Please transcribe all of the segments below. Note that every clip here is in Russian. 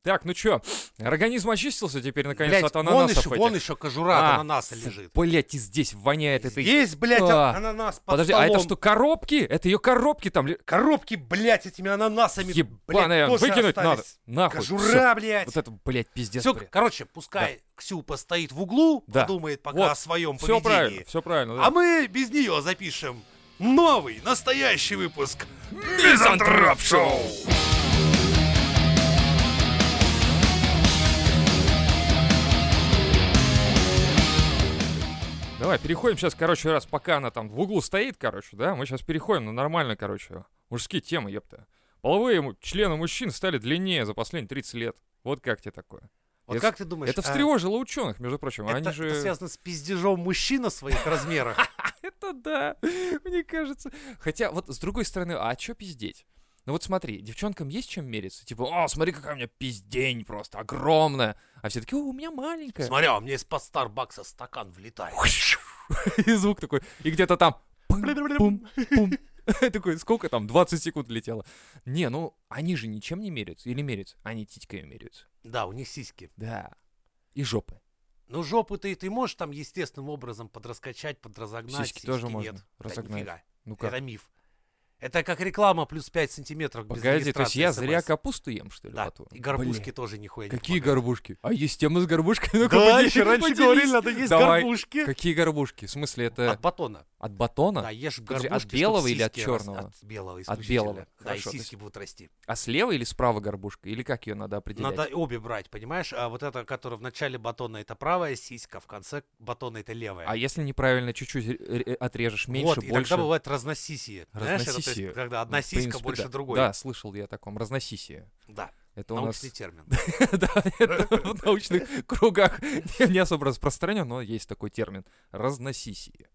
Так, ну чё, организм очистился теперь наконец Блядь, от ананасов этих? вон еще кожура от ананаса лежит. Блядь, и здесь воняет этой... Здесь, блядь, ананас под Подожди, столом. а это что, коробки? Это ее коробки там? Коробки, блядь, этими ананасами, Ебаная, блядь, тоже выкинуть надо. остались. Нахуй. Кожура, блядь. Вот это, блядь, пиздец. Все, короче, пускай Ксю постоит в углу, Да. подумает пока Вот. о своем Все поведении. правильно, да. А мы без нее запишем новый, настоящий выпуск Мизантроп Шоу! Давай, переходим сейчас, короче, раз пока она там в углу стоит, короче, да, мы сейчас переходим на нормально, короче, мужские темы, ёпта. Половые члены мужчин стали длиннее за последние 30 лет. Вот как тебе такое? Вот как ты думаешь? Это встревожило ученых, между прочим. Это, Они же... это связано с пиздежом мужчин о своих размерах? Это да, мне кажется. Хотя, вот с другой стороны, а чё пиздеть? Ну вот смотри, девчонкам есть чем мериться? Типа, о, смотри, какая у меня пиздень просто, огромная. А все таки, о, у меня маленькая. Смотри, у меня из-под Старбакса стакан влетает. И звук такой, и где-то там... Пум-пум-пум. Такой, сколько там, 20 секунд летело. Не, ну, они же ничем не меряются. Или меряются? Они титьками меряются. Да, у них сиськи. Да. И жопы. Ну, жопу ты можешь там естественным образом подраскачать, подразогнать. Сиськи тоже можно нет. разогнать. Да, нифига. Ну как? Это миф. Это как реклама плюс 5 сантиметров без Погоди, то есть я регистрации зря СМС. капусту ем, что ли, Да, потом? и горбушки Блин. тоже нихуя не Какие помогают. горбушки? А есть тема с горбушкой? Ну-ка, Да, поделись, еще раньше поделись. говорили, надо есть Давай. горбушки. Какие горбушки? В смысле, это От батона. от батона? Да, ешь Подожди, горбушки, от белого чтоб или от сиськи черного? От белого От исключительно. белого. Да, и Хорошо, то сиськи будут расти. А слева или справа горбушка? Или как ее надо определять? Надо обе брать, понимаешь? А вот это, которая в начале батона, это правая сиська, в конце батона это левая. А если неправильно чуть-чуть отрежешь, меньше, вот, и больше? тогда бывает разносисие. Знаешь, это, то Разносисие. есть, когда одна Ну, в сиська принципе, больше да. другой. Да, слышал я о таком. Разносисие. Да, Это у нас... научный термин. Да, это в научных кругах не особо распространен, но есть такой термин. Разносисие.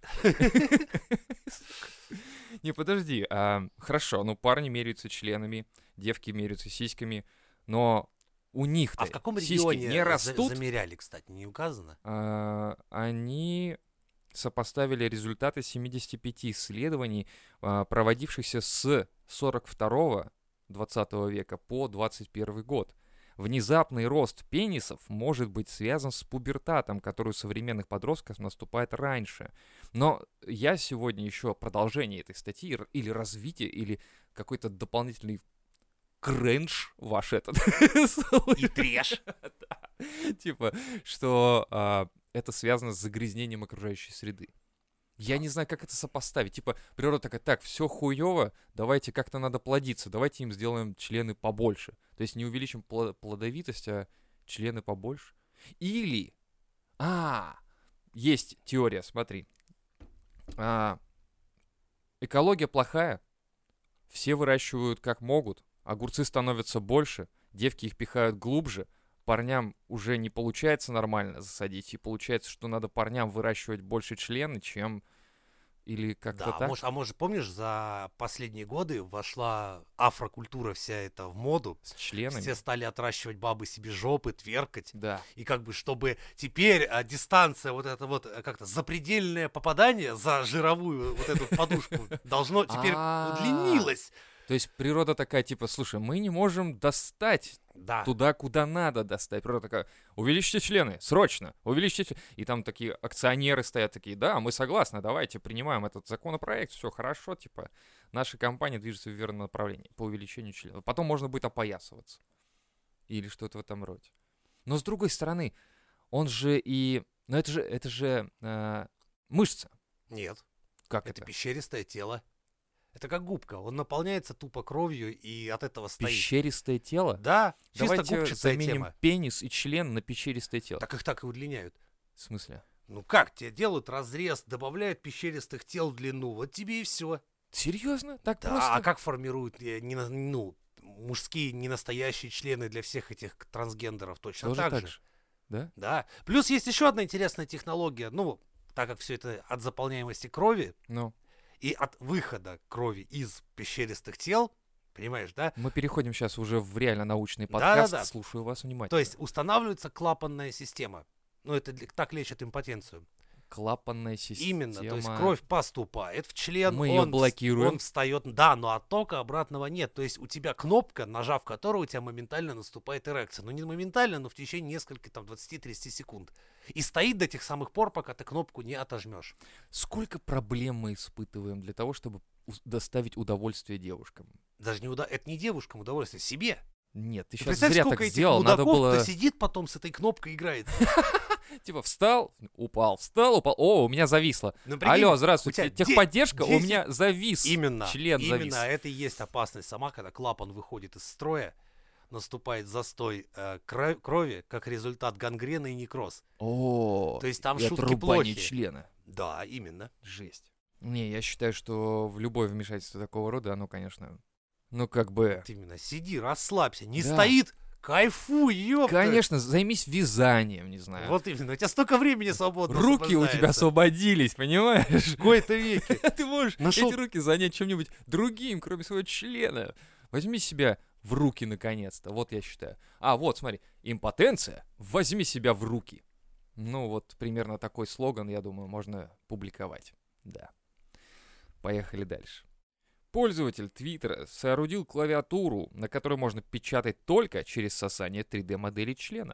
Не, подожди. Хорошо, ну парни меряются членами, девки меряются сиськами, но у них-то А в каком сиськи регионе не растут. замеряли, кстати, не указано? Они сопоставили результаты 75 исследований, проводившихся с 42-го 20 века по 21 год. Внезапный рост пенисов может быть связан с пубертатом, который у современных подростков наступает раньше. Но я сегодня еще продолжение этой статьи или развитие, или какой-то дополнительный кринж ваш этот. И трешь. Типа, что это связано с загрязнением окружающей среды. Я не знаю, как это сопоставить. Типа, природа такая, так, все хуево, давайте как-то надо плодиться, давайте им сделаем члены побольше. То есть не увеличим плодовитость, а члены побольше. Или, есть теория, смотри. Экология плохая, все выращивают как могут, огурцы становятся больше, девки их пихают глубже, парням уже не получается нормально засадить, и получается, что надо парням выращивать больше члены, чем... Или как-то Да, так? может, помнишь, за последние годы вошла афрокультура вся эта в моду. С членами? Все стали отращивать бабы себе жопы, тверкать. Да. И как бы, чтобы теперь дистанция, вот это вот как-то запредельное попадание за жировую вот эту подушку должно теперь удлинилось. То есть природа такая, типа, слушай, мы не можем достать Да. туда, куда надо достать. Природа такая, увеличьте члены, срочно, увеличьте. И там такие акционеры стоят такие, да, мы согласны, давайте принимаем этот законопроект, все хорошо, типа, наша компания движется в верном направлении по увеличению членов. Потом можно будет опоясываться. Или что-то в этом роде. Но с другой стороны, он же и... Ну это же мышца. Нет. Как Это это? пещеристое тело. Это как губка. Он наполняется тупо кровью и от этого стоит. Пещеристое тело? Да, чисто Давайте губчатая заменим тема. пенис и член на пещеристое тело. Так их так и удлиняют. В смысле? Ну как, тебе делают разрез, добавляют пещеристых тел в длину, вот тебе и все. Серьезно? Так Да, просто? а как формируют мужские ненастоящие члены для всех этих трансгендеров точно Тоже так так же. же? Да? Да. Плюс есть еще одна интересная технология. Ну, так как все это от заполняемости крови Ну, и от выхода крови из пещеристых тел, понимаешь, да? мы переходим сейчас уже в реально научный Да-да-да. подкаст. Слушаю вас внимательно. То есть устанавливается клапанная система. Ну, это так лечат импотенцию. клапанная система. Именно, то есть кровь поступает в член, Мы её блокируем. он встает, да, но оттока обратного нет. То есть у тебя кнопка, нажав которую, у тебя моментально наступает эрекция. Ну не моментально, но в течение нескольких, там, 20-30 секунд. И стоит до тех самых пор, пока ты кнопку не отожмешь. Сколько проблем мы испытываем для того, чтобы доставить удовольствие девушкам? Даже это не девушкам удовольствие, себе. Нет, ты Ты сейчас представь, зря сколько так этих сделал, надо мудаков-то было... сидит потом с этой кнопкой играет. Типа встал, упал, о, у меня зависло. Ну, прикинь, Алло, у здравствуйте, тебя техподдержка, у 10 меня завис. Именно, Член завис. именно это и есть опасность сама, когда клапан выходит из строя, наступает застой крови, как результат гангрены и некроз. О, То есть там и шутки отрубание плохи. члена. Да, именно. Жесть. Не, я считаю, что в любое вмешательство такого рода, оно, конечно, ну как бы... Вот именно, сиди, расслабься, не Да. стоит, кайфуй, ёпта. Конечно, займись вязанием, не знаю. Вот именно, у тебя столько времени свободно Руки у тебя освободились, понимаешь? В кои-то веки. Ты можешь Нашел- эти руки занять чем-нибудь другим, кроме своего члена. Возьми себя в руки наконец-то, вот я считаю. А, вот, смотри, импотенция, возьми себя в руки. Ну, вот примерно такой слоган, я думаю, можно публиковать. Да. Поехали дальше. Пользователь Твиттера соорудил клавиатуру, на которой можно печатать только через сосание 3D-модели члена.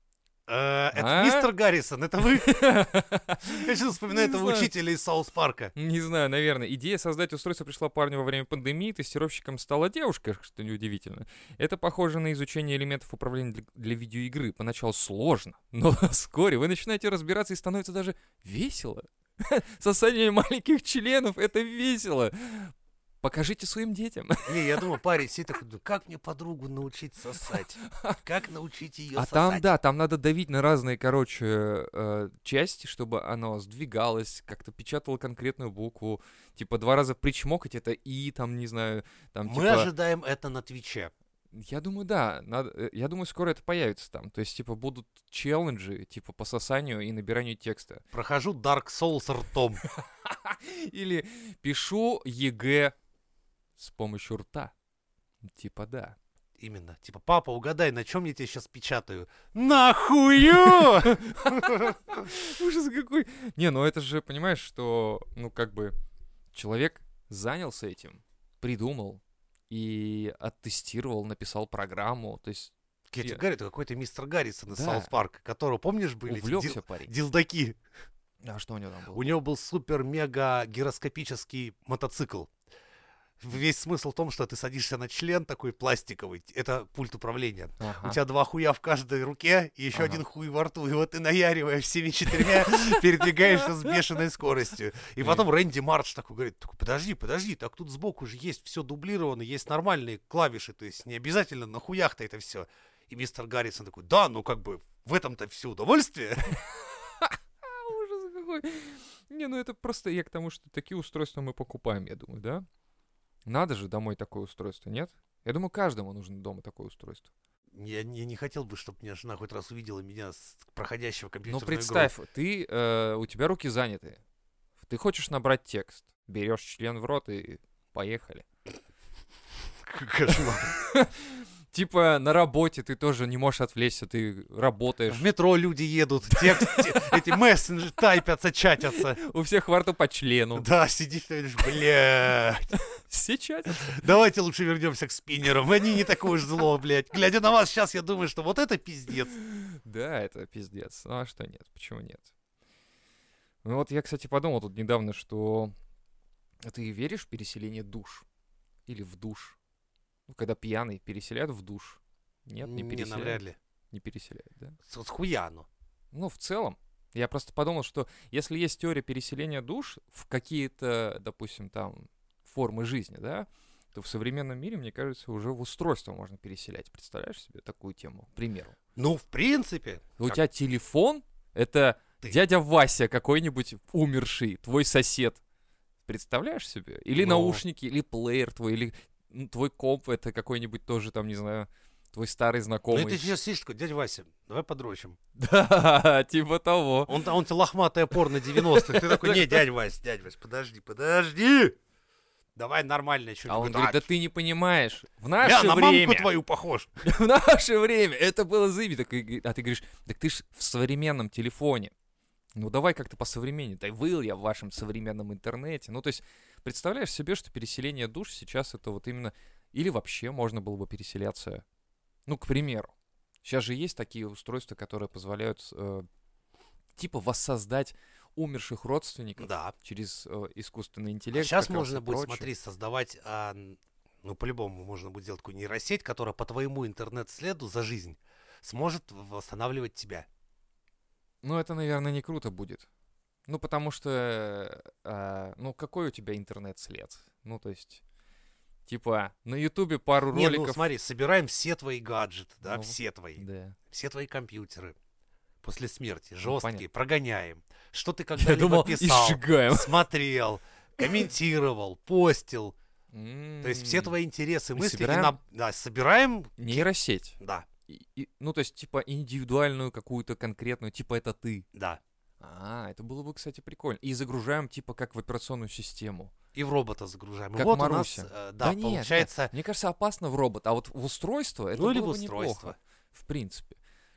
Это А? мистер Гаррисон, это вы? Я сейчас вспоминаю Не этого знаю. учителя из Саус Парка. Не знаю, наверное. Идея создать устройство пришла парню во время пандемии, тестировщиком стала девушка, что неудивительно. Это похоже на изучение элементов управления для видеоигры. Поначалу сложно, но вскоре вы начинаете разбираться и становится даже весело. Сосание маленьких членов — это весело. Покажите своим детям. Не, я думаю, парень сидит такой, «Ну, как мне подругу научить сосать? Как научить ее А сосать? там, да, там надо давить на разные, короче, части, чтобы оно сдвигалось, как-то печатало конкретную букву. Типа 2 раза причмокать — это «и», там, не знаю, там, Мы типа... ожидаем это на Твиче. Я думаю, да. Я думаю, скоро это появится там. То есть, типа, будут челленджи, типа, по сосанию и набиранию текста. Прохожу Dark Souls ртом. Или пишу ЕГЭ с помощью рта. Типа, да. Именно. Типа, папа, угадай, на чем я тебе сейчас печатаю? Нахую! Ужас какой. Не, ну это же, понимаешь, что, ну, как бы, человек занялся этим, придумал и оттестировал, написал программу. То есть, Я тебе Я- говорю, это какой-то мистер Гаррисон из Да. Саус Парка, которого, помнишь, были эти увлекся парень. дилдаки? А что у него там было? У него был супер-мега гироскопический мотоцикл. Весь смысл в том, что ты садишься на член такой пластиковый, это пульт управления. Ага. У тебя 2 хуя в каждой руке и еще Ага. 1 хуй во рту. И вот ты, наяривая всеми 4, передвигаешься с бешеной скоростью. И потом Рэнди Мартш такой говорит, подожди, так тут сбоку же есть все дублировано, есть нормальные клавиши, то есть не обязательно на хуях-то это все. И мистер Гаррисон такой, да, ну как бы в этом-то все удовольствие. Ужас какой. Не, ну это просто я к тому, что такие устройства мы покупаем, я думаю, да? Надо же домой такое устройство, нет? Я думаю, каждому нужно дома такое устройство. Я не хотел бы, чтобы меня жена хоть раз увидела меня с проходящего Ну, компьютерную представь, ты, у тебя руки заняты. Ты хочешь набрать текст. Берешь член в рот и поехали. игру. Кошмар. Типа на работе ты тоже не можешь отвлечься, ты работаешь. В метро люди едут, текст, эти мессенджеры тайпятся, чатятся. У всех во рту по члену. Да, сидишь, ты говоришь, блядь. Все чатятся. Давайте лучше вернемся к спиннерам. Они не такое уж зло, блядь. Глядя на вас сейчас, я думаю, что вот это пиздец. Да, это пиздец. Ну а что нет? Почему нет? Ну вот я, кстати, подумал тут недавно, что... А ты веришь в переселение душ? Или в душ? Ну, когда пьяный переселяют в душ? Нет, не переселяют. навряд ли. Не переселяют, да? С хуя оно. Ну, в целом. Я просто подумал, что если есть теория переселения душ в какие-то, допустим, там, формы жизни, да, то в современном мире, мне кажется, уже в устройство можно переселять. Представляешь себе такую тему? К примеру. Ну, в принципе. У как тебя телефон — это ты. дядя Вася какой-нибудь умерший, твой сосед. Представляешь себе? Или Ну. наушники, или плеер твой, или твой комп — это какой-нибудь тоже там, не знаю, твой старый Ну, знакомый. и ты сейчас сидишь такой, дядя Вася, давай подрочим. Да, типа того. Он тебе лохматое порно 90-х. Ты такой, не, дядя Вася, подожди. Давай нормальное что-нибудь. А он говорит, да ты не понимаешь, в Я наше на мамку время, твою похож. в наше время это было заебись. А ты говоришь, так ты ж в современном телефоне. Ну, давай как-то посовременнее. Да выл я в вашем современном интернете. Ну, то есть, представляешь себе, что переселение душ сейчас это вот именно... Или вообще можно было бы переселяться... Ну, к примеру. Сейчас же есть такие устройства, которые позволяют, типа, воссоздать умерших родственников Да. через искусственный А интеллект. сейчас как раз можно и будет, прочее. смотри, создавать, ну, по-любому можно будет делать такую нейросеть, которая по твоему интернет-следу за жизнь сможет восстанавливать тебя. Ну, это, наверное, не круто будет. Ну, потому что, ну, какой у тебя интернет-след? Ну, то есть, типа, на Ютубе пару Не, ну роликов... смотри, собираем все твои гаджеты, да, Ну, все твои, да. все твои компьютеры после смерти, Ну, жесткие, понятно. прогоняем. Что ты Я когда-либо думал, и писал, сжигаем. смотрел, комментировал, постил. То есть все М, твои интересы, И мысли, собираем да, собираем, нейросеть. да, Ну, то есть, типа, индивидуальную какую-то конкретную, типа, это ты. да. Это было бы, кстати, прикольно. И загружаем, типа, как в операционную систему. И в робота загружаем. И Как вот Маруся. у нас, Да да, нет, получается, мне кажется, опасно в робот. А вот в устройство это ну или в было бы устройство. неплохо. В принципе.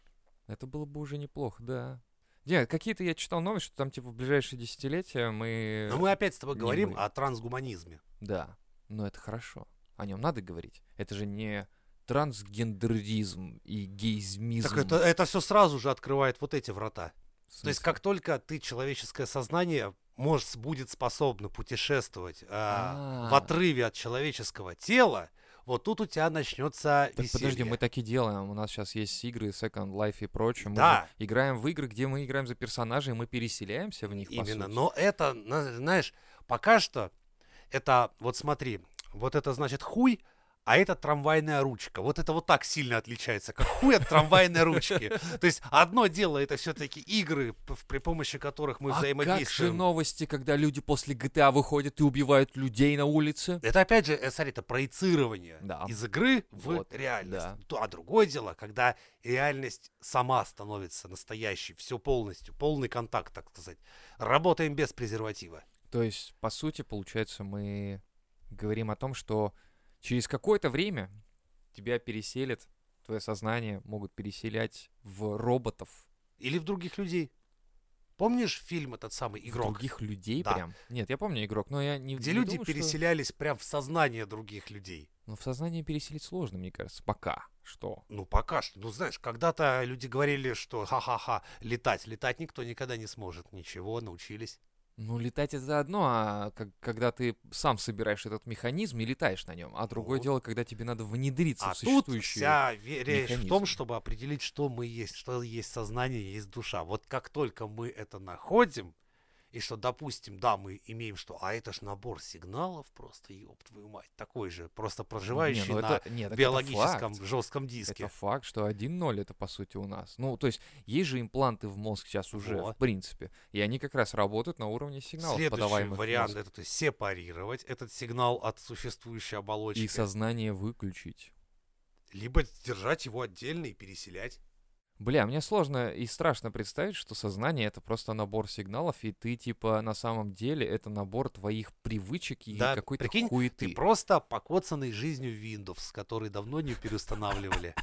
Это было бы уже неплохо, да. Нет, какие-то я читал новости, что там, типа, в ближайшие десятилетия мы... Но мы опять с тобой не говорим мы. о трансгуманизме. Да, но это хорошо. О нем надо говорить. Это же не трансгендеризм и гейзмизм. Так это все сразу же открывает вот эти врата. В То есть смысле? как только ты, человеческое сознание, будет способно путешествовать в А, отрыве от человеческого тела, вот тут у тебя начнется Так подожди, веселье. мы так и делаем. У нас сейчас есть игры, Second Life и прочее. Мы Да. же играем в игры, где мы играем за персонажей, и мы переселяемся в них, по Именно. сути. Но это, знаешь, пока что это, вот смотри, вот это значит хуй, а это трамвайная ручка. Вот это вот так сильно отличается, как хуй от трамвайной ручки. То есть одно дело это все-таки игры, при помощи которых мы А как же взаимодействуем. новости, когда люди после GTA выходят и убивают людей на улице? Это опять же, смотри, это проецирование Да. из игры в Вот, реальность. да. А другое дело, когда реальность сама становится настоящей, все полностью, полный контакт, так сказать. Работаем без презерватива. То есть, по сути, получается, мы говорим о том, что через какое-то время тебя переселят, твое сознание могут переселять в роботов. Или в других людей. Помнишь фильм этот самый В «Игрок»? других людей Да. прям? Нет, я помню игрок, но я не Где не люди думаю, что... переселялись прям в сознание других людей. Ну, в сознание переселить сложно, мне кажется, пока что. Ну, пока что. Ну, знаешь, когда-то люди говорили, что ха-ха-ха, летать. Летать никто никогда не сможет. Ничего, научились. Ну, летать это одно, а когда ты сам собираешь этот механизм и летаешь на нем. А другое Ну. дело, когда тебе надо внедриться А в тут существующие... вся речь в том, механизмы. чтобы определить, что мы есть, что есть сознание, есть душа. Вот как только мы это находим, и что, допустим, да, мы имеем что, а это ж набор сигналов просто, ёб твою мать, такой же, просто проживающий Не, ну на это, нет, так это биологическом факт. жестком диске. Это факт, что 1-0 это по сути у нас. Ну, то есть есть же импланты в мозг сейчас уже, Вот. в принципе. И они как раз работают на уровне сигналов, Следующий подаваемых в вариант мозг. это то есть сепарировать этот сигнал от существующей оболочки, И сознание выключить. либо держать его отдельно и переселять. Бля, мне сложно и страшно представить, что сознание это просто набор сигналов, и ты типа на самом деле это набор твоих привычек и Да, какой-то прикинь, хуеты. ты просто покоцанный жизнью Windows, который давно не переустанавливали.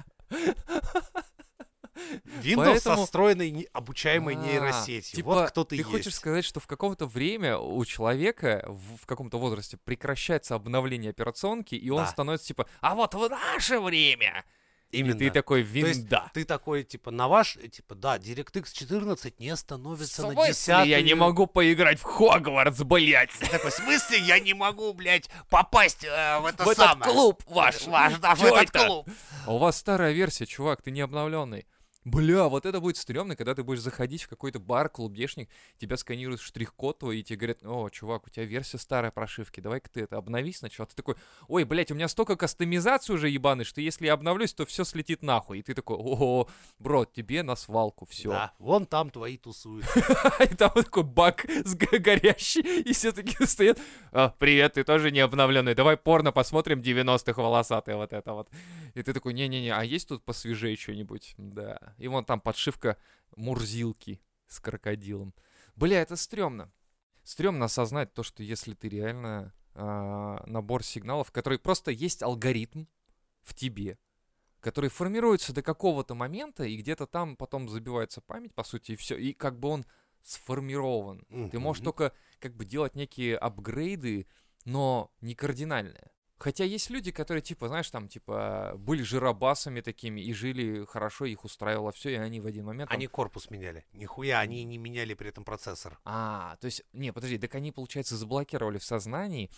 Windows со Поэтому- встроенной обучаемой А, нейросетью. Типа, Вот кто ты ты есть. хочешь сказать, что в какое-то время у человека в каком-то возрасте прекращается обновление операционки, и он Да. становится типа, а вот в наше время! Именно. И ты такой, То есть винда. ты такой, типа, на ваш, типа, да, DirectX 14 не В становится на смысле 10. я не могу поиграть в Хогвартс, блядь? Такой, в смысле я не могу, блядь, попасть в это В этот самое? клуб ваш. Да, в Чё этот это? клуб. А у вас старая версия, чувак, ты не обновленный. Бля, вот это будет стрёмно, когда ты будешь заходить в какой-то бар, клубешник, тебя сканируют штрих-код твой, и тебе говорят, о, чувак, у тебя версия старой прошивки, давай-ка ты это обнови сначала. Ты такой, ой, блядь, у меня столько кастомизации уже ебаный, что если я обновлюсь, то все слетит нахуй. И ты такой, о, бро, тебе на свалку, все. Да, вон там твои тусуются. И там вот такой бак горящий, и все такие стоят. Привет, ты тоже не обновленный. Давай порно посмотрим 90-х волосатые вот это вот. И ты такой, не-не-не, а есть тут посвежее что-нибудь? Да. И вон там подшивка Мурзилки с крокодилом. Бля, это стрёмно. Стрёмно осознать то, что если ты реально набор сигналов, который просто есть алгоритм в тебе, который формируется до какого-то момента, и где-то там потом забивается память, по сути, и все, и как бы он сформирован. Ты можешь только как бы делать некие апгрейды, но не кардинальные. Хотя есть люди, которые, типа, знаешь, там, типа, были жиробасами такими и жили хорошо, их устраивало все, и они в один момент... Они корпус меняли. Нихуя, они не меняли при этом процессор. То есть, не, подожди, так они, получается, заблокировали в сознании,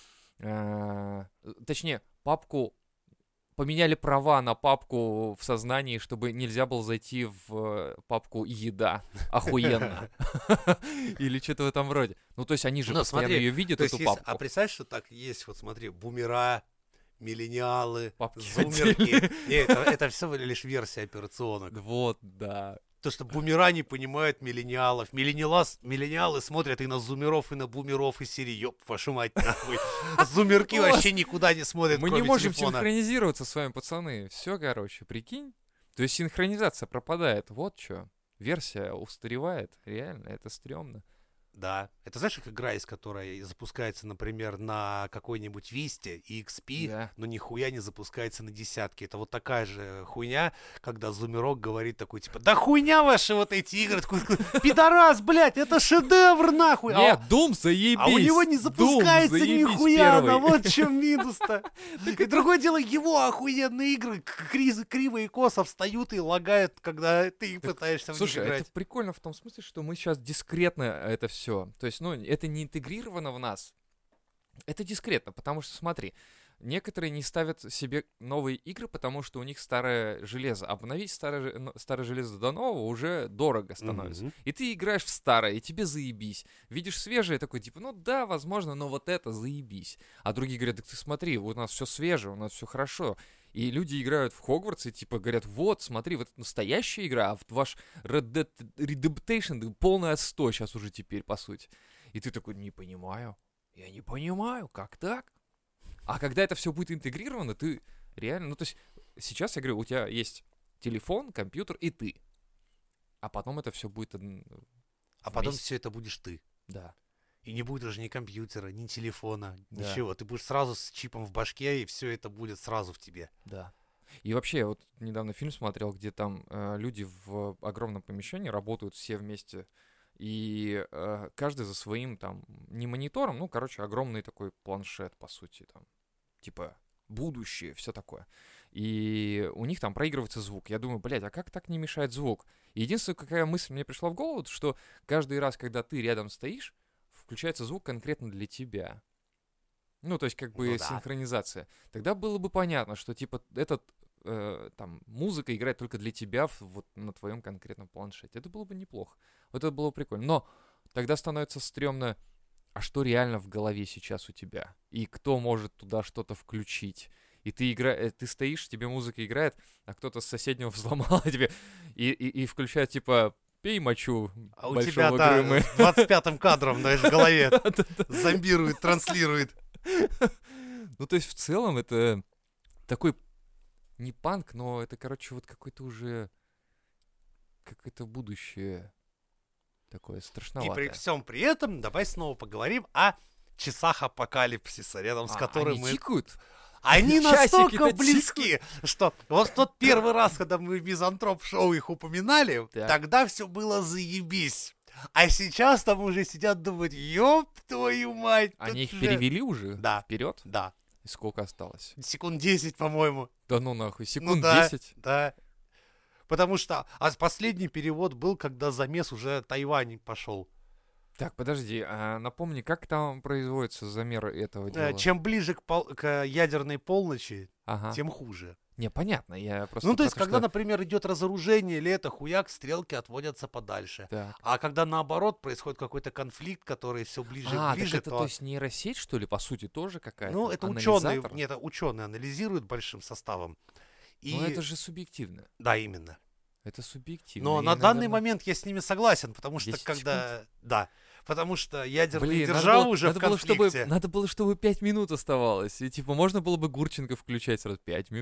точнее, папку, поменяли права на папку в сознании, чтобы нельзя было зайти в папку «Еда». Охуенно. Или что-то в этом роде. Ну, то есть они же постоянно ее видят, эту папку. А представь, что так есть, вот смотри, бумера, миллениалы, Папки зумерки. Нет, это все лишь версия операционок. Вот, да. То, что бумера не понимают миллениалов. Миллениалы смотрят и на зумеров, и на бумеров, и серии, ёб вашу мать, нахуй. Зумерки вообще никуда не смотрят, Мы кроме не можем телефона. синхронизироваться с вами, пацаны. Все, короче, прикинь. То есть синхронизация пропадает. Вот что. Версия устаревает. Реально, это стрёмно. Да. Это знаешь, как игра есть, которая запускается, например, на какой-нибудь Висте и XP, Да. но нихуя не запускается на десятке. Это вот такая же хуйня, когда зумерок говорит такой, типа, да хуйня ваши вот эти игры. Такой, пидорас, блядь, это шедевр, нахуй. Нет, Doom, заебись. А у него не запускается Doom, заебись нихуя, первый. ну вот в чем минус-то. И другое дело, его охуенные игры криво и косо встают и лагают, когда ты пытаешься в них Слушай, играть. это прикольно в том смысле, что мы сейчас дискретно это все. То есть, ну, это не интегрировано в нас. Это дискретно, потому что, смотри, некоторые не ставят себе новые игры, потому что у них старое железо. Обновить старое железо до нового уже дорого становится. Мгм. И ты играешь в старое, и тебе заебись. Видишь свежее, такой, типа, ну да, возможно, но вот это заебись. А другие говорят, так ты смотри, у нас все свежее, у нас все хорошо. И люди играют в Хогвартс и типа говорят, вот, смотри, вот это настоящая игра, а вот ваш Red Dead Redemption полный отстой сейчас уже теперь, по сути. И ты такой, не понимаю, я не понимаю, как так? А когда это все будет интегрировано, ты реально, ну то есть сейчас, я говорю, у тебя есть телефон, компьютер и ты. А потом это все будет А потом вместе. все это будешь ты. Да. И не будет уже ни компьютера, ни телефона, Да. ничего. Ты будешь сразу с чипом в башке, и все это будет сразу в тебе. Да. И вообще, я вот недавно фильм смотрел, где там люди в огромном помещении работают все вместе, и каждый за своим там, не монитором, ну, короче, огромный такой планшет, по сути, там, типа, будущее, все такое. И у них там проигрывается звук. Я думаю, блядь, а как так не мешает звук? И единственная какая мысль мне пришла в голову, что каждый раз, когда ты рядом стоишь, включается звук конкретно для тебя. Ну, то есть, как бы Ну да. синхронизация. Тогда было бы понятно, что, типа, этот, там, музыка играет только для тебя вот на твоем конкретном планшете. Это было бы неплохо. Вот это было бы прикольно. Но тогда становится стрёмно, а что реально в голове сейчас у тебя? И кто может туда что-то включить? И ты стоишь, тебе музыка играет, а кто-то с соседнего взломал тебе и включает, типа, пей мочу А у большого тебя, да, Грымы. с 25-м кадром, знаешь, в голове зомбирует, транслирует. Ну, то есть, в целом, это такой не панк, но это, короче, вот какой-то уже какое-то будущее такое И при страшноватое. всем при этом давай снова поговорим о часах апокалипсиса, рядом с которым они мы... тикают? Они Часики-то настолько близки, что вот в тот первый раз, когда мы в Мизантроп-шоу их упоминали, Так. тогда все было заебись. А сейчас там уже сидят думать, ёб твою мать. Они тут их же-» перевели уже Да. вперед? Да. И сколько осталось? Секунд 10, по-моему. Да ну нахуй, Ну секунд да, 10? да. Потому что последний перевод был, когда замес уже Тайвань пошел. Так, подожди, а напомни, как там производится замер этого дела? Чем ближе к ядерной полночи, Ага. тем хуже. Не, понятно, я просто... Ну, то есть, про когда, что- например, идет разоружение или это хуяк, стрелки отводятся подальше. Так. А когда наоборот происходит какой-то конфликт, который все ближе и Так ближе, это, то есть, нейросеть, что ли, по сути, тоже какая-то? ну, это ученые, Анализатор? нет, ученые анализируют большим составом. И Ну, это же субъективно. да, именно. Это субъективно. Но и, на данный наверное, момент я с ними согласен, потому что 10 когда... Да. Потому что ядерные Блин, державы уже в конфликте. надо было, чтобы 5 минут оставалось. И типа можно было бы Гурченко включать сразу 5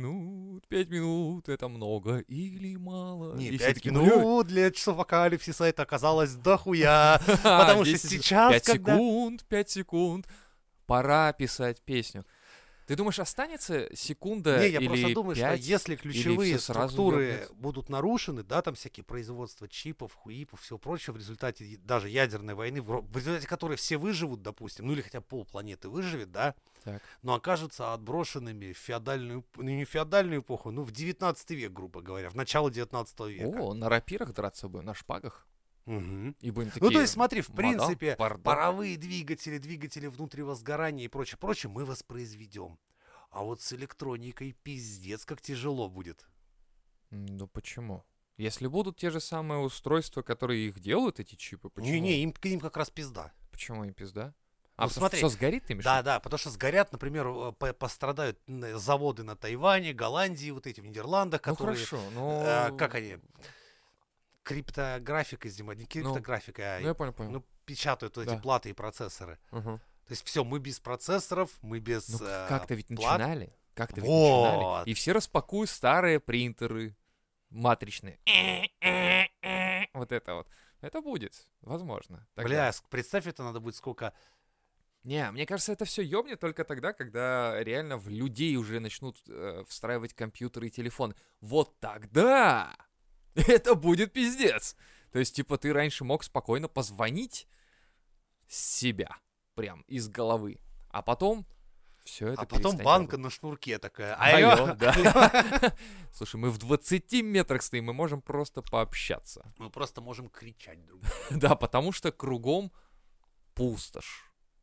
минут, это много или мало. Не, И все 5 такие, минут для часов апокалипсиса это оказалось дохуя. Потому что 10 сейчас, 5 когда... секунд, 5 секунд. Пора писать песню. Ты думаешь, останется секунда Не, я или просто думаю, что 5, если или ключевые всё сразу структуры ёбнется? будут нарушены, да, там всякие производства чипов, хуипов, всего прочего, в результате даже ядерной войны, в результате которой все выживут, допустим, ну или хотя бы полпланеты выживет, да, Так. но окажутся отброшенными в феодальную, ну не феодальную эпоху, ну в 19 век, грубо говоря, в начало 19 века. О, на рапирах драться будем, на шпагах. Мгм. И будем Ну, то такие, есть, смотри, в мадам, принципе, пардон. паровые двигатели, двигатели внутреннего сгорания и прочее, прочее мы воспроизведем. А вот с электроникой пиздец, как тяжело будет. Ну почему? Если будут те же самые устройства, которые их делают, эти чипы, почему? Не-не, им как раз пизда. Почему им пизда? Ну, Потому смотри, что все сгорит, ты имеешь в Да, виду? да, потому что сгорят, например, пострадают заводы на Тайване, Голландии, вот эти в Нидерландах, Ну которые, хорошо, но... как они, криптографикой занимаются, не криптографикой, Ну я понял. ну, печатают вот эти Да. платы и процессоры. Мгм. То есть все, мы без процессоров, мы без Ну как-то ведь плат. начинали. Как-то ведь начинали. Вот. И все распакуют старые принтеры матричные. Вот это вот. Это будет, возможно. тогда. Бля, представь, это надо будет сколько... Не, мне кажется, это все ёбнет только тогда, когда реально в людей уже начнут встраивать компьютеры и телефоны. Вот тогда это будет пиздец. То есть, типа, ты раньше мог спокойно позвонить с себя, прям из головы, а потом все это А потом перестанет банка работать. на шнурке такая. Алло, Алло. да. Слушай, мы в 20 метрах стоим, мы можем просто пообщаться. Мы просто можем кричать друг другу. Да, потому что кругом пустошь.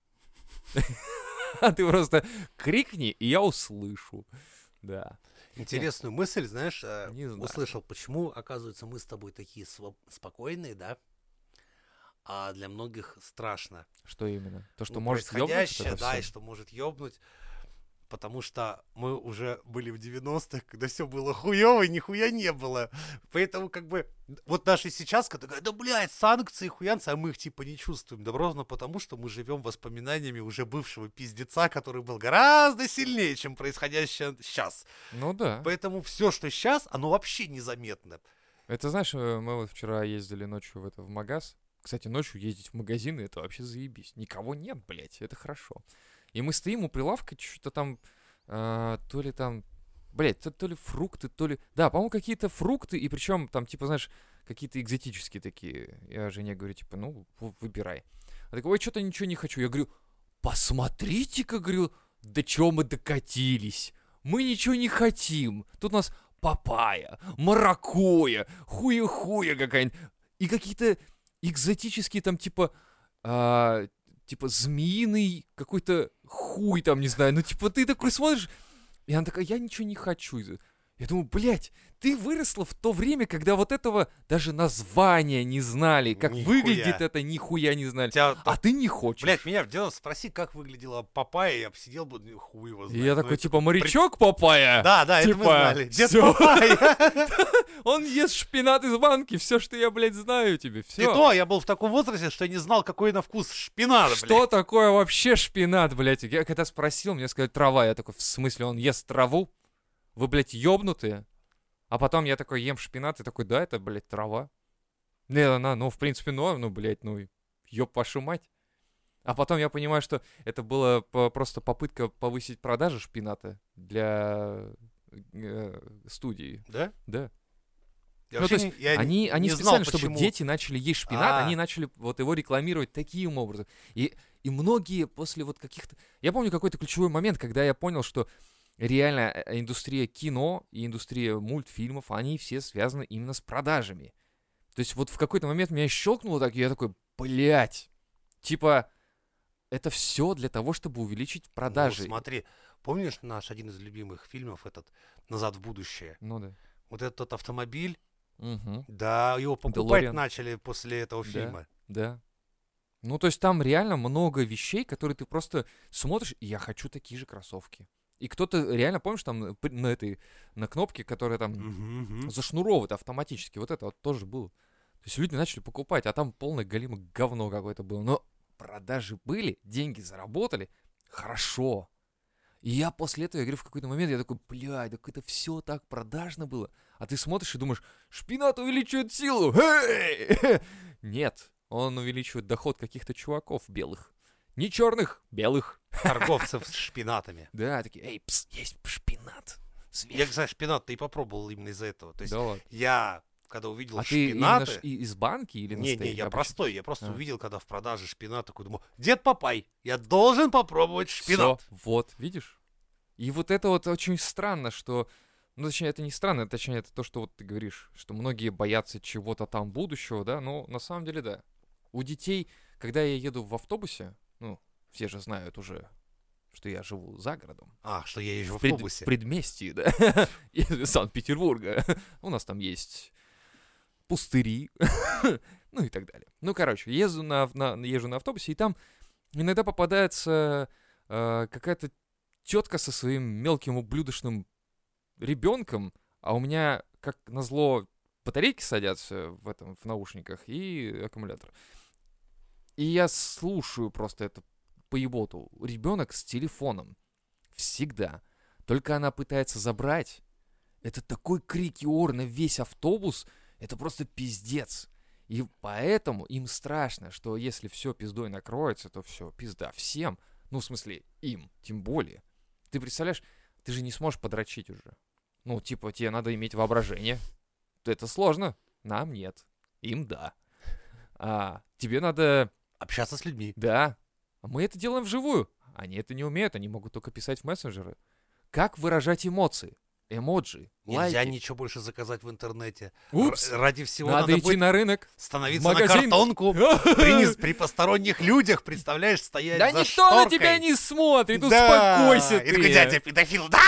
А ты просто крикни, и я услышу. Да. Интересную мысль, знаешь, Не знаю. услышал, почему, оказывается, мы с тобой такие спокойные, да? А для многих страшно. Что именно? То, что Ну, может ёбнуть происходящее, это да, всё? и что может ёбнуть. Потому что мы уже были в 90-х, когда все было хуёво и нихуя не было. Поэтому, как бы, вот даже сейчас, когда говорят, да, блядь, санкции, хуянцы, а мы их типа не чувствуем. Да ровно потому, что мы живем воспоминаниями уже бывшего пиздеца, который был гораздо сильнее, чем происходящее сейчас. Ну да. Поэтому все, что сейчас, оно вообще незаметно. Это знаешь, мы вот вчера ездили ночью в магаз. Кстати, ночью ездить в магазины — это вообще заебись. Никого нет, блядь, это хорошо. И мы стоим у прилавка, что-то там, то ли там, блядь, то ли фрукты, то ли... Да, по-моему, какие-то фрукты, и причем там, типа, знаешь, какие-то экзотические такие. Я жене говорю, типа, ну, выбирай. Она такая, ой, что-то ничего не хочу. Я говорю, посмотрите-ка, говорю, до чего мы докатились. Мы ничего не хотим. Тут у нас папайя, маракуйя, хуя-хуя какая-нибудь. И какие-то экзотические там, типа змеиный какой-то хуй там, не знаю. Ну, типа, ты такой смотришь, и она такая, я ничего не хочу. Я думаю, блядь, ты выросла в то время, когда вот этого даже названия не знали, как Нихуя. выглядит это, нихуя не знали. Тебя, А ты не хочешь. блядь, меня в 90 спроси, как выглядела папайя, я бы сидел бы, ну, хуй его И знает. я Ну, такой, это типа, морячок Папайя? Да, да, это мы Типа, знали. Дед всё. Папайя. Он ест шпинат из банки, все, что я, блядь, знаю тебе, И все. то я был в таком возрасте, что не знал, какой на вкус шпинат, блядь. Что такое вообще шпинат, блядь? Я когда спросил, мне сказали, трава. Я такой, в смысле, он ест траву? Вы, блядь, ёбнутые? А потом я такой ем шпинат и такой, да, это, блядь, трава. Не, она, ну, в принципе, ну, блядь, ну, ёб вашу мать. А потом я понимаю, что это была просто попытка повысить продажи шпината для студии. Да? Да. Я Ну, то вообще есть я они не специально, знал, чтобы почему. дети начали есть шпинат, А. они начали вот его рекламировать таким образом. И многие после вот каких-то... Я помню какой-то ключевой момент, когда я понял, что реально индустрия кино и индустрия мультфильмов, они все связаны именно с продажами. То есть вот в какой-то момент меня щелкнуло так, и я такой, блядь, типа, это все для того, чтобы увеличить продажи. Ну, смотри, помнишь наш один из любимых фильмов, этот «Назад в будущее»? Ну да. Вот этот автомобиль, Угу. да, его покупать DeLorean. начали после этого Да. фильма. Да. Ну, то есть там реально много вещей, которые ты просто смотришь, и я хочу такие же кроссовки. И кто-то реально, помнишь, там на кнопке, которая там Мгм. зашнуровывает автоматически, вот это вот тоже было. То есть люди начали покупать, а там полное галимое говно какое-то было. Но продажи были, деньги заработали, хорошо. И я после этого, я говорю, в какой-то момент я такой, блядь, так это все так продажно было. А ты смотришь и думаешь, шпинат увеличивает силу. Нет, он увеличивает доход каких-то чуваков белых. Не черных, белых. Торговцев с шпинатами. Да, такие, эй, пс, есть шпинат. Я, кстати, шпинат-то и попробовал именно из-за этого. То есть Да ладно. я, когда увидел А ты шпинаты... именно из банки или Не, настоящий? я простой. Я просто А. увидел, когда в продаже шпинат, такой думаю, Дед Папай, я должен попробовать шпинат. Всё, вот, видишь? И вот это вот очень странно, что... Ну, точнее, это не странно, точнее, это то, что вот ты говоришь, что многие боятся чего-то там будущего, да, но на самом деле, да. У детей, когда я еду в автобусе, ну, все же знают уже, что я живу за городом. Что я езжу в В автобусе. предместье, да, из Санкт-Петербурга. У нас там есть пустыри, ну и так далее. Ну, короче, езжу на автобусе, и там иногда попадается какая-то тетка со своим мелким ублюдочным ребенком, а у меня, как назло, батарейки садятся в наушниках и аккумулятор. И я слушаю просто это поеботу. Ребенок с телефоном. Всегда. Только она пытается забрать. Это такой крик и ор на весь автобус. Это просто пиздец. И поэтому им страшно, что если все пиздой накроется, то все, пизда всем. Ну, в смысле, им, тем более. Ты представляешь, ты же не сможешь подрочить уже. Ну, типа, тебе надо иметь воображение. Это сложно. Нам нет. Им да. А тебе надо... Общаться с людьми. Да. А мы это делаем вживую. Они это не умеют, они могут только писать в мессенджеры. Как выражать эмоции? Эмоджи, Нельзя лайки. ничего больше заказать в интернете. Упс. Ради всего Надо надо идти будет на рынок. становиться в на магазин. картонку. При посторонних людях, представляешь, стоять Да за никто на шторкой. тебя не смотрит, Да. успокойся И такой ты. дядя педофил. Да,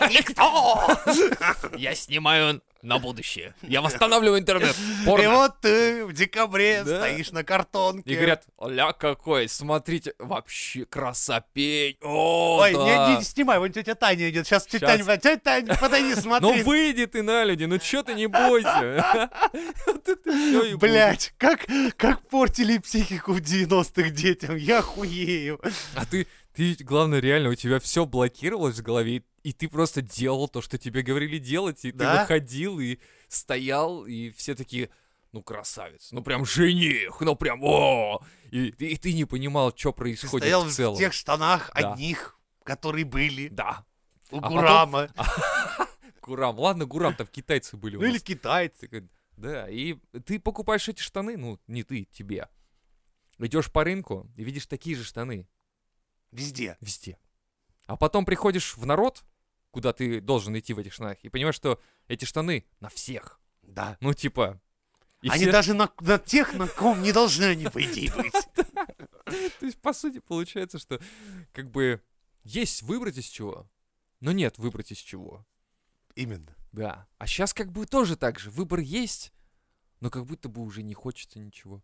никто. Я снимаю на будущее. Я восстанавливаю интернет. И Порно. вот ты в декабре Да. стоишь на картонке. И говорят, ля какой, смотрите, вообще красопень. О, Ой, да. не снимай, вон тетя Таня идет. Сейчас Щас. тетя Таня, подойди, смотри. Ну выйди ты на люди, ну чё ты не бойся. Вот это всё и будет. Блять, как портили психику в 90-х детям, я хуею. А ты, главное, реально, у тебя все блокировалось в голове, и ты просто делал то, что тебе говорили делать, и ты Да? выходил, и стоял, и все такие, ну, красавец, ну, прям жених, ну, прям, о! И ты не понимал, что Ты происходит стоял в в целом. тех штанах Да. одних, которые были Да. у потом- Гурама. Гурам. Ладно, Гурам, там китайцы были у Ну или нас. китайцы. Такой, да, и ты покупаешь эти штаны, ну, не ты, тебе. Идешь по рынку и видишь такие же штаны Везде. везде. А потом приходишь в народ, куда ты должен идти в этих штанах, и понимаешь, что эти штаны на всех. Да. Ну, типа... и Они все- даже на тех, на ком не должны они, по идее, быть. То есть, по сути, получается, что как бы есть выбрать из чего, но нет выбрать из чего. Именно. Да. А сейчас как бы тоже так же. Выбор есть, но как будто бы уже не хочется ничего.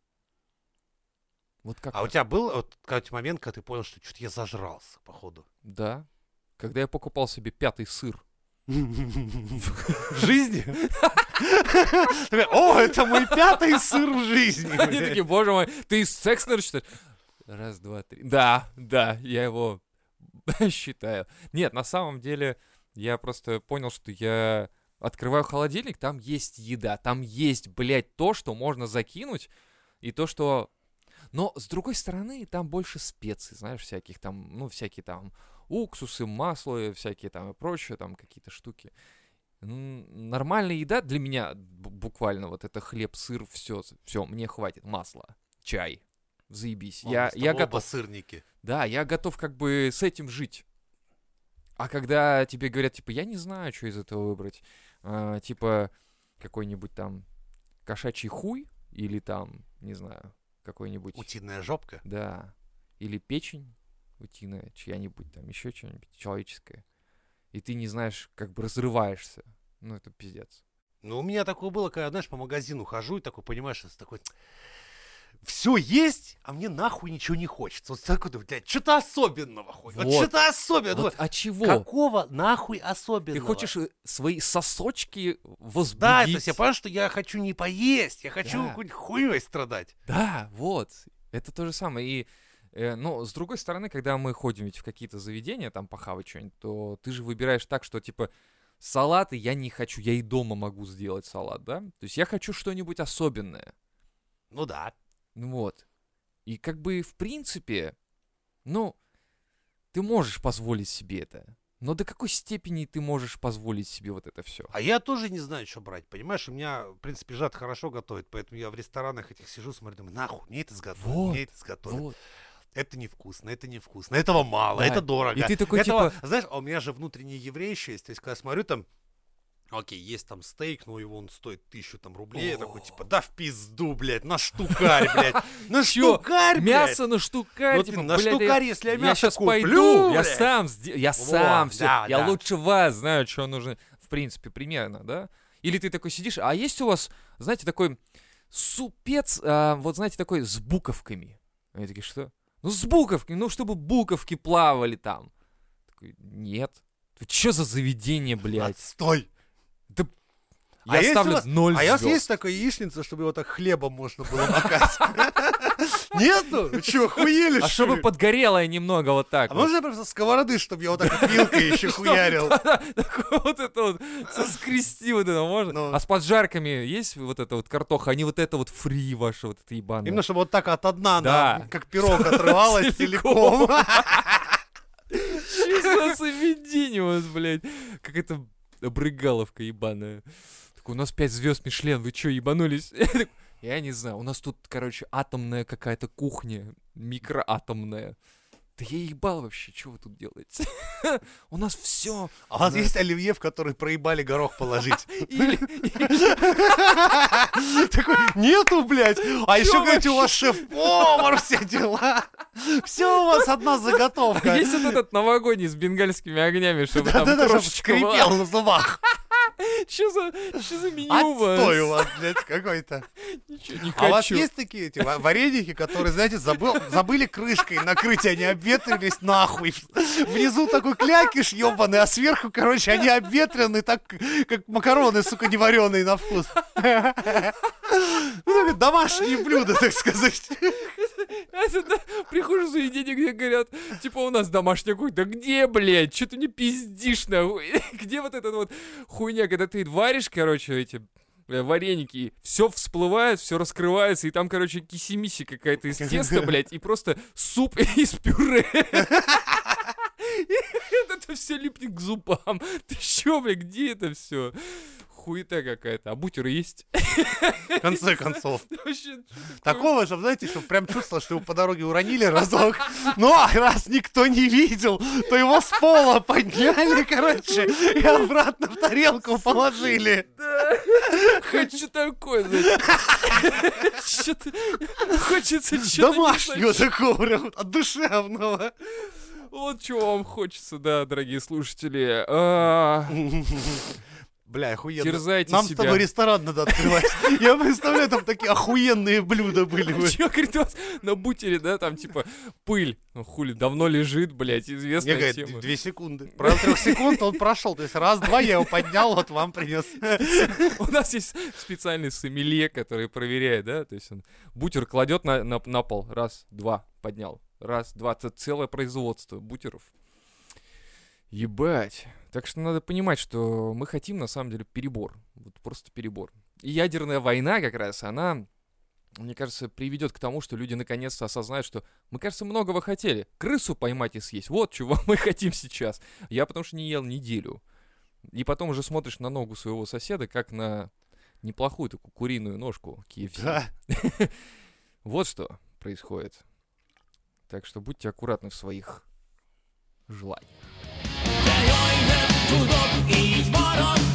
Вот как А у тебя был вот какой-то момент, когда ты понял, что что-то я зажрался, походу? Да. Когда я покупал себе 5-й сыр. В жизни? Такой, о, это мой 5-й сыр в жизни. Они блядь. такие, боже мой, ты секс, наверное, считаешь? Раз, два, три. Да, я его считаю. Нет, на самом деле, я просто понял, что я открываю холодильник, там есть еда, там есть, блядь, то, что можно закинуть, и то, что... Но, с другой стороны, там больше специй, знаешь, всяких там, ну, всякие там уксусы, масло, всякие там и прочее, там какие-то штуки. Нормальная еда для меня буквально вот это хлеб, сыр, все, мне хватит, масло, чай, заебись. Я готов. Оба сырники. Да, я готов как бы с этим жить. А когда тебе говорят, типа, я не знаю, что из этого выбрать, типа, какой-нибудь там кошачий хуй или там, не знаю, какой-нибудь... Утиная жопка. Да. Или печень утиная, чья-нибудь там, еще что-нибудь человеческое. И ты не знаешь, как бы разрываешься. Ну, это пиздец. Ну, у меня такое было, когда, знаешь, по магазину хожу и такой, понимаешь, такой... Все есть, а мне нахуй ничего не хочется. Вот такой, блядь, что-то особенного хоть. Вот, Вот. что-то особенного. Вот, а чего? Какого нахуй особенного? Ты хочешь свои сосочки возбудить? Да, то есть я понимаю, что я хочу не поесть, я хочу Да. какой-нибудь хуйней страдать. Да, вот. Это то же самое. И, ну, с другой стороны, когда мы ходим ведь в какие-то заведения, там, похавать что-нибудь, то ты же выбираешь так, что, типа, салаты я не хочу, я и дома могу сделать салат, да? То есть я хочу что-нибудь особенное. Ну да. Ну вот. И как бы, в принципе, ну, ты можешь позволить себе это. Но до какой степени ты можешь позволить себе вот это все? А я тоже не знаю, что брать, понимаешь? У меня, в принципе, Жад хорошо готовит, поэтому я в ресторанах этих сижу, смотрю, думаю, нахуй, мне это изготовят, Вот, мне это изготовят. Вот. Это невкусно, этого мало, Да. это дорого. И ты такой, этого, типа, знаешь, а у меня же внутренний еврей еще есть, то есть, когда я смотрю там, окей, есть там стейк, но его он стоит 1000 там рублей, я такой, типа, да в пизду, блядь, на штукарь, блядь, на чё, штукарь, блядь. мясо на штукарь, Вот типа, на блядь, штукарь, если я мясо сейчас куплю, пойду, я блядь. сам, я сам все, да, я да. лучше вас знаю, что нужно, в принципе, примерно, да? Или ты такой сидишь, а есть у вас, знаете, такой супец, вот знаете, такой с буковками. Они такие, что? Ну, с буковками, ну, чтобы буковки плавали там. Такой, нет. Что за заведение, блядь? Отстой. Да А я есть ставлю у вас- 0 А у вас звёзд. есть такая яичница, чтобы его так хлебом можно было макать? Нету? Вы что, охуели, А что чтобы ли? подгорело немного вот так. А вот. можно просто сковороды, чтобы я вот так вот вилкой еще хуярил? Такое вот это вот, соскрести вот это можно? Ну. А с поджарками есть вот эта вот картоха, а не вот это вот фри ваше вот это ебаное? Именно, чтобы вот так от дна, Да. как пирог отрывалось целиком. Что за заведение у вас, блядь? Какая-то обрыгаловка ебаная. Такой, у нас 5 звезд Мишлен, вы чё, ебанулись? Я не знаю, у нас тут, короче, атомная какая-то кухня, микроатомная. Да я ебал вообще, что вы тут делаете? У нас все. А у вас есть оливье, в который проебали горох положить? Такой, нету, блядь. А еще, говорите, у вас шеф-повар, все дела. Все у вас одна заготовка. Есть вот этот новогодний с бенгальскими огнями, чтобы там Да-да-да, чтобы трошечка скрипел была. на зубах. Что за меню у вас? Отстой у вас, блядь, какой-то. Ничего не А у вас хочу. есть такие эти вареники, которые, знаете, забыли крышкой накрыть, они обветрились нахуй. Внизу такой клякиш ебаный, а сверху, короче, они обветрены, так как макароны, сука, не вареные на вкус. Ну, такое домашнее блюдо, так сказать. Это, да, прихожу в заведение, где говорят, типа, у нас домашняя кухня. Да где, блядь? Что ты не пиздишь, нахуй? Где вот эта вот хуйня, когда ты варишь, короче, эти вареники, все всплывает, все раскрывается, и там, короче, киси-миси какая-то из теста, блядь, и просто суп из пюре. Это все липнет к зубам. Ты чё, блядь, где это все? Хуета какая-то. А бутеры есть? В конце концов. Вообще, Такого же, знаете, чтобы прям чувствовал, что его по дороге уронили разок. Ну, а раз никто не видел, то его с пола подняли, короче, и обратно в тарелку положили. да, хочу такое, знаете. Что-то хочется что-то Домашнего такого прям, от душевного. Вот чего вам хочется, да, дорогие слушатели. Бля, охуенно. Терзайте Нам себя. с тобой ресторан надо открывать. Я представляю, там такие охуенные блюда были бы. Чё, говорит, у вас на бутере, да, там типа пыль. Ну хули, давно лежит, блядь, Мне известная говорит, тема. 2 секунды. Про 3 секунд он прошел. То есть раз-два я его поднял, вот вам принес. У нас есть специальный сомелье, который проверяет, да, то есть он бутер кладет на пол, раз, два, поднял, раз, два, это целое производство бутеров. Ебать. Так что надо понимать, что мы хотим на самом деле перебор, вот просто перебор. И ядерная война как раз, она, мне кажется, приведет к тому, что люди наконец-то осознают, что мы, кажется, многого хотели. Крысу поймать и съесть, вот чего мы хотим сейчас. Я потому что не ел неделю. И потом уже смотришь на ногу своего соседа, как на неплохую такую куриную ножку KFC. Да. Вот что происходит. Так что будьте аккуратны в своих желаниях. De jaj, nem tudok így maradni.